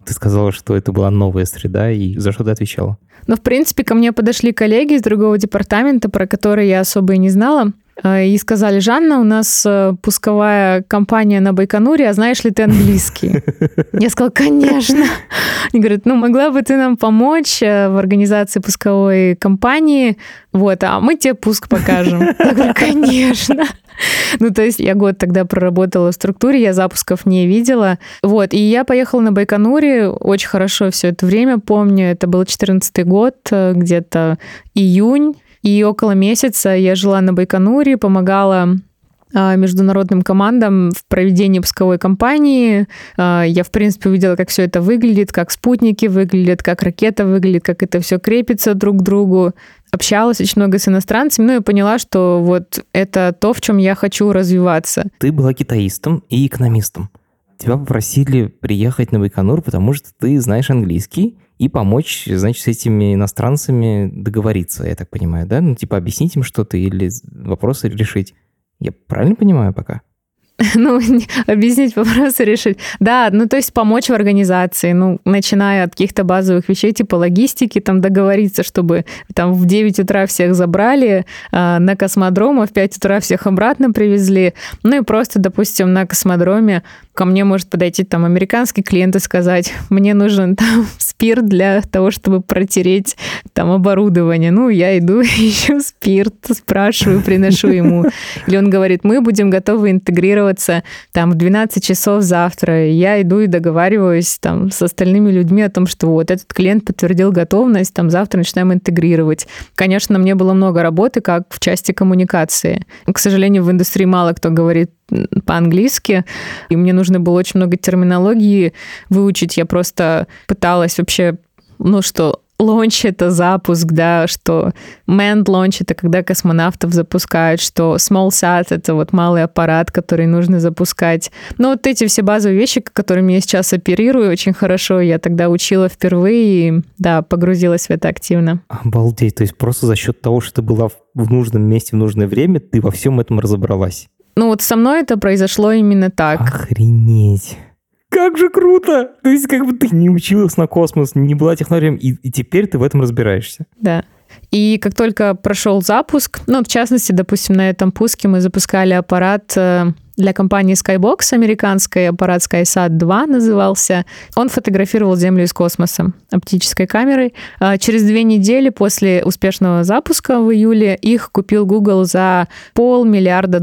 Speaker 1: Ты сказала, что это была новая среда, и за что ты отвечала?
Speaker 2: Ну, в принципе, ко мне подошли коллеги из другого департамента, про которые я особо и не знала, и сказали: Жанна, у нас пусковая компания на Байконуре, а знаешь ли ты английский? Я сказала: конечно. Они говорят: ну, могла бы ты нам помочь в организации пусковой компании, вот, а мы тебе пуск покажем. Я говорю: конечно. Ну, то есть я год тогда проработала в структуре, я запусков не видела. Вот, и я поехала на Байконуре, очень хорошо все это время помню, это был 2014 год, где-то июнь, и около месяца я жила на Байконуре, помогала международным командам в проведении пусковой кампании. Я, в принципе, увидела, как все это выглядит, как спутники выглядят, как ракета выглядит, как это все крепится друг к другу. Общалась очень много с иностранцами, ну и поняла, что вот это то, в чем я хочу развиваться.
Speaker 1: Ты была китаистом и экономистом. Тебя попросили приехать на Байконур, потому что ты знаешь английский, и помочь, значит, с этими иностранцами договориться, я так понимаю, да? Ну, типа объяснить им что-то или вопросы решить. Я правильно понимаю пока?
Speaker 2: Ну, объяснить вопросы, решить. Да, ну, то есть помочь в организации, ну, начиная от каких-то базовых вещей, типа логистики, там договориться, чтобы там в 9 утра всех забрали на космодром, а в 5 утра всех обратно привезли. Ну, и просто, допустим, на космодроме ко мне может подойти там американский клиент и сказать: мне нужен там спирт для того, чтобы протереть там оборудование. Ну, я иду, ищу спирт, спрашиваю, приношу ему. Или он говорит: мы будем готовы интегрироваться там в 12 часов завтра. Я иду и договариваюсь там с остальными людьми о том, что вот этот клиент подтвердил готовность, там завтра начинаем интегрировать. Конечно, мне было много работы как в части коммуникации. К сожалению, в индустрии мало кто говорит по-английски, и мне нужно было очень много терминологии выучить. Я просто пыталась вообще, ну что, launch — это запуск, да, что manned launch — это когда космонавтов запускают, что small sat — это вот малый аппарат, который нужно запускать. Но вот эти все базовые вещи, которыми я сейчас оперирую очень хорошо, я тогда учила впервые и, да, погрузилась в это активно.
Speaker 1: Обалдеть, то есть просто за счет того, что ты была в нужном месте в нужное время, ты во всем этом разобралась?
Speaker 2: Ну вот со мной это произошло именно так.
Speaker 1: Охренеть. Как же круто! То есть как бы ты не училась на космос, не была технологией, и теперь ты в этом разбираешься.
Speaker 2: Да. И как только прошел запуск, ну, в частности, допустим, на этом пуске мы запускали аппарат для компании Skybox, американский аппарат SkySat-2 назывался. Он фотографировал Землю из космоса оптической камерой. Через 2 недели после успешного запуска в июле их купил Google за $500 миллиарда.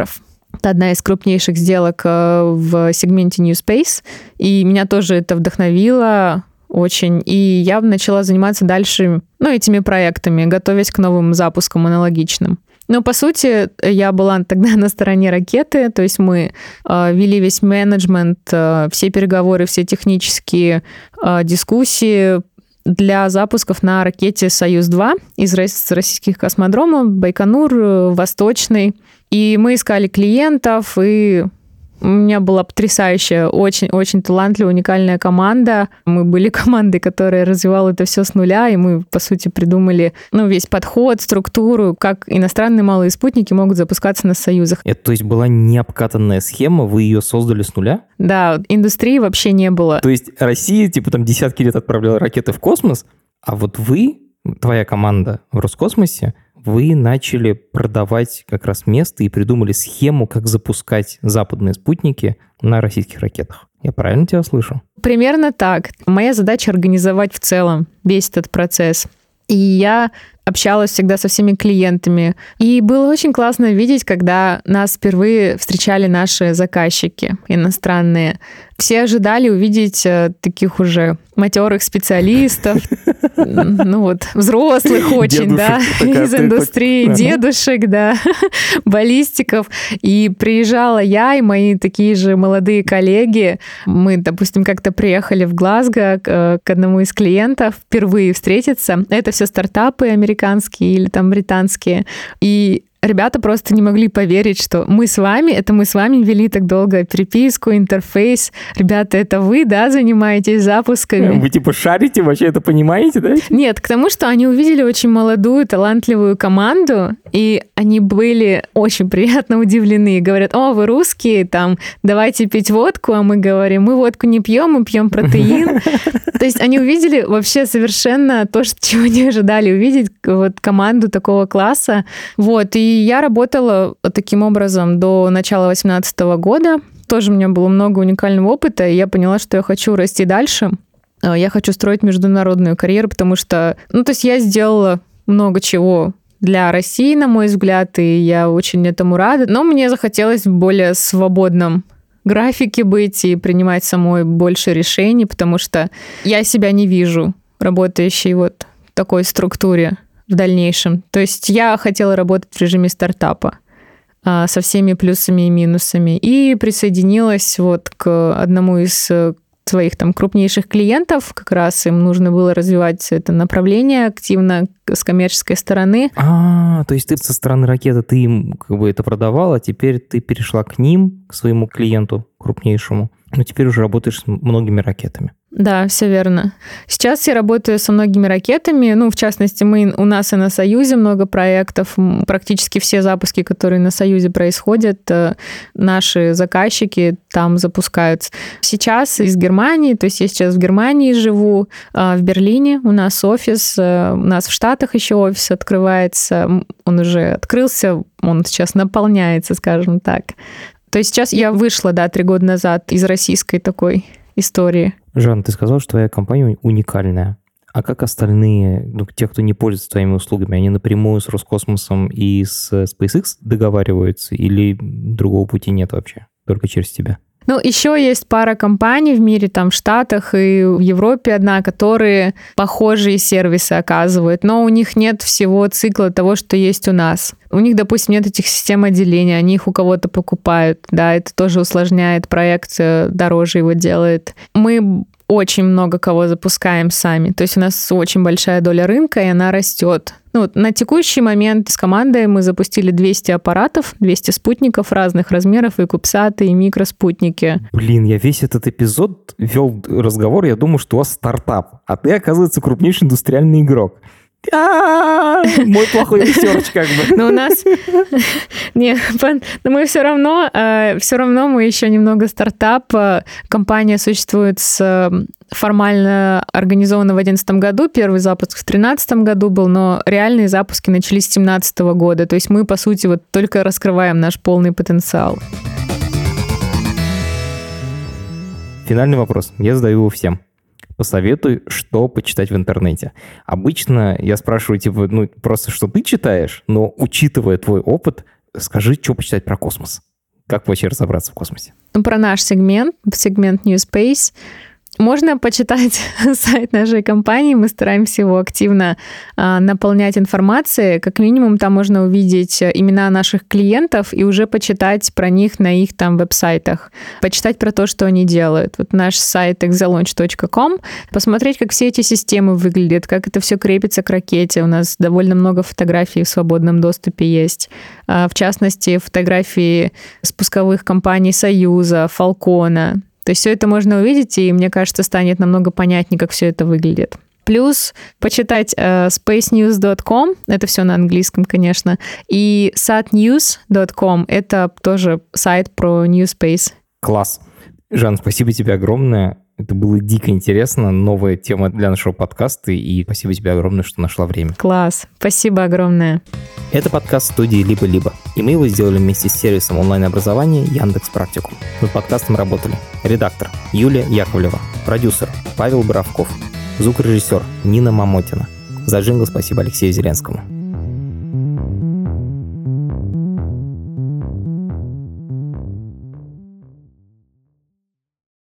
Speaker 2: Это одна из крупнейших сделок в сегменте New Space. И меня тоже это вдохновило очень. И я начала заниматься дальше, ну, этими проектами, готовясь к новым запускам аналогичным. Но, по сути, я была тогда на стороне ракеты, то есть мы вели весь менеджмент, все переговоры, все технические дискуссии для запусков на ракете «Союз-2» из российских космодромов, Байконур, Восточный. И мы искали клиентов, и у меня была потрясающая, очень-очень талантливая, уникальная команда. Мы были командой, которая развивала это все с нуля, и мы, по сути, придумали, ну, весь подход, структуру, как иностранные малые спутники могут запускаться на союзах.
Speaker 1: Это, то есть, была необкатанная схема, вы ее создали с нуля?
Speaker 2: Да, индустрии вообще не было.
Speaker 1: То есть Россия, типа, там десятки лет отправляла ракеты в космос, а вот вы, твоя команда в Роскосмосе, вы начали продавать как раз место и придумали схему, как запускать западные спутники на российских ракетах. Я правильно тебя слышу?
Speaker 2: Примерно так. Моя задача — организовать в целом весь этот процесс. И я общалась всегда со всеми клиентами. И было очень классно видеть, когда нас впервые встречали наши заказчики иностранные. Все ожидали увидеть таких уже матерых специалистов, ну вот, взрослых очень, да, из индустрии, дедушек, да, баллистиков. И приезжала я и мои такие же молодые коллеги. Мы, допустим, как-то приехали в Глазго к одному из клиентов впервые встретиться. Это все стартапы американские или там британские. И ребята просто не могли поверить, что мы с вами вели так долго переписку, интерфейс. Ребята, это вы, да, занимаетесь запусками?
Speaker 1: Вы типа шарите, вообще это понимаете, да?
Speaker 2: Нет, к тому, что они увидели очень молодую, талантливую команду, и они были очень приятно удивлены. Говорят: о, вы русские, там, давайте пить водку, а мы говорим: мы водку не пьем, мы пьем протеин. То есть они увидели вообще совершенно то, чего не ожидали увидеть, вот команду такого класса. Вот, и я работала таким образом до начала 2018 года. Тоже у меня было много уникального опыта, и я поняла, что я хочу расти дальше. Я хочу строить международную карьеру, потому что, то есть я сделала много чего для России, на мой взгляд, и я очень этому рада. Но мне захотелось в более свободном графике быть и принимать самой больше решений, потому что я себя не вижу работающей вот в такой структуре в дальнейшем. То есть я хотела работать в режиме стартапа со всеми плюсами и минусами. И присоединилась вот к одному из своих там крупнейших клиентов. Как раз им нужно было развивать это направление активно с коммерческой стороны.
Speaker 1: То есть ты со стороны Ракеты, ты им как бы это продавала, а теперь ты перешла к ним, к своему клиенту крупнейшему. Но теперь уже работаешь с многими ракетами.
Speaker 2: Да, все верно. Сейчас я работаю со многими ракетами. В частности, у нас и на Союзе много проектов. Практически все запуски, которые на Союзе происходят, наши заказчики там запускаются. Сейчас из Германии, то есть я сейчас в Германии живу, в Берлине у нас офис, у нас в Штатах еще офис открывается. Он уже открылся, он сейчас наполняется, скажем так. То есть сейчас я вышла, 3 года назад из российской такой истории.
Speaker 1: Жан, ты сказал, что твоя компания уникальная. А как остальные, те, кто не пользуется твоими услугами, они напрямую с Роскосмосом и с SpaceX договариваются или другого пути нет вообще? Только через тебя?
Speaker 2: Еще есть пара компаний в мире, там, в Штатах и в Европе одна, которые похожие сервисы оказывают, но у них нет всего цикла того, что есть у нас. У них, допустим, нет этих систем отделения, они их у кого-то покупают, это тоже усложняет проект, дороже его делает. Мы очень много кого запускаем сами, то есть у нас очень большая доля рынка, и она растет. На текущий момент с командой мы запустили 200 аппаратов, 200 спутников разных размеров, и кубсаты, и микроспутники.
Speaker 1: Блин, я весь этот эпизод вел разговор, я думал, что у вас стартап, а ты, оказывается, крупнейший индустриальный игрок. Мой плохой ресерч как бы.
Speaker 2: Но у нас... мы все равно мы еще немного стартап. Компания существует формально организована в 2011 году, первый запуск в 2013 году был, но реальные запуски начались с 2017 года. То есть мы, по сути, вот только раскрываем наш полный потенциал.
Speaker 1: Финальный вопрос. Я задаю его всем. Посоветуй, что почитать в интернете. Обычно я спрашиваю, просто что ты читаешь, но учитывая твой опыт, скажи, что почитать про космос. Как вообще разобраться в космосе?
Speaker 2: Про наш сегмент New Space. Можно почитать сайт нашей компании, мы стараемся его активно наполнять информацией. Как минимум там можно увидеть имена наших клиентов и уже почитать про них на их там веб-сайтах. Почитать про то, что они делают. Вот наш сайт exalaunch.com. Посмотреть, как все эти системы выглядят, как это все крепится к ракете. У нас довольно много фотографий в свободном доступе есть. В частности, фотографии спусковых компаний Союза, Фалкона. То есть все это можно увидеть, и, мне кажется, станет намного понятнее, как все это выглядит. Плюс почитать spacenews.com, это все на английском, конечно, и satnews.com, это тоже сайт про New Space.
Speaker 1: Класс. Жан, спасибо тебе огромное. Это было дико интересно, новая тема для нашего подкаста, и спасибо тебе огромное, что нашла время.
Speaker 2: Класс, спасибо огромное.
Speaker 1: Это подкаст студии «Либо-либо», и мы его сделали вместе с сервисом онлайн-образования Яндекс.Практикум. Над подкастом работали редактор Юлия Яковлева, продюсер Павел Боровков, звукорежиссер Нина Мамотина. За джингл спасибо Алексею Зеленскому.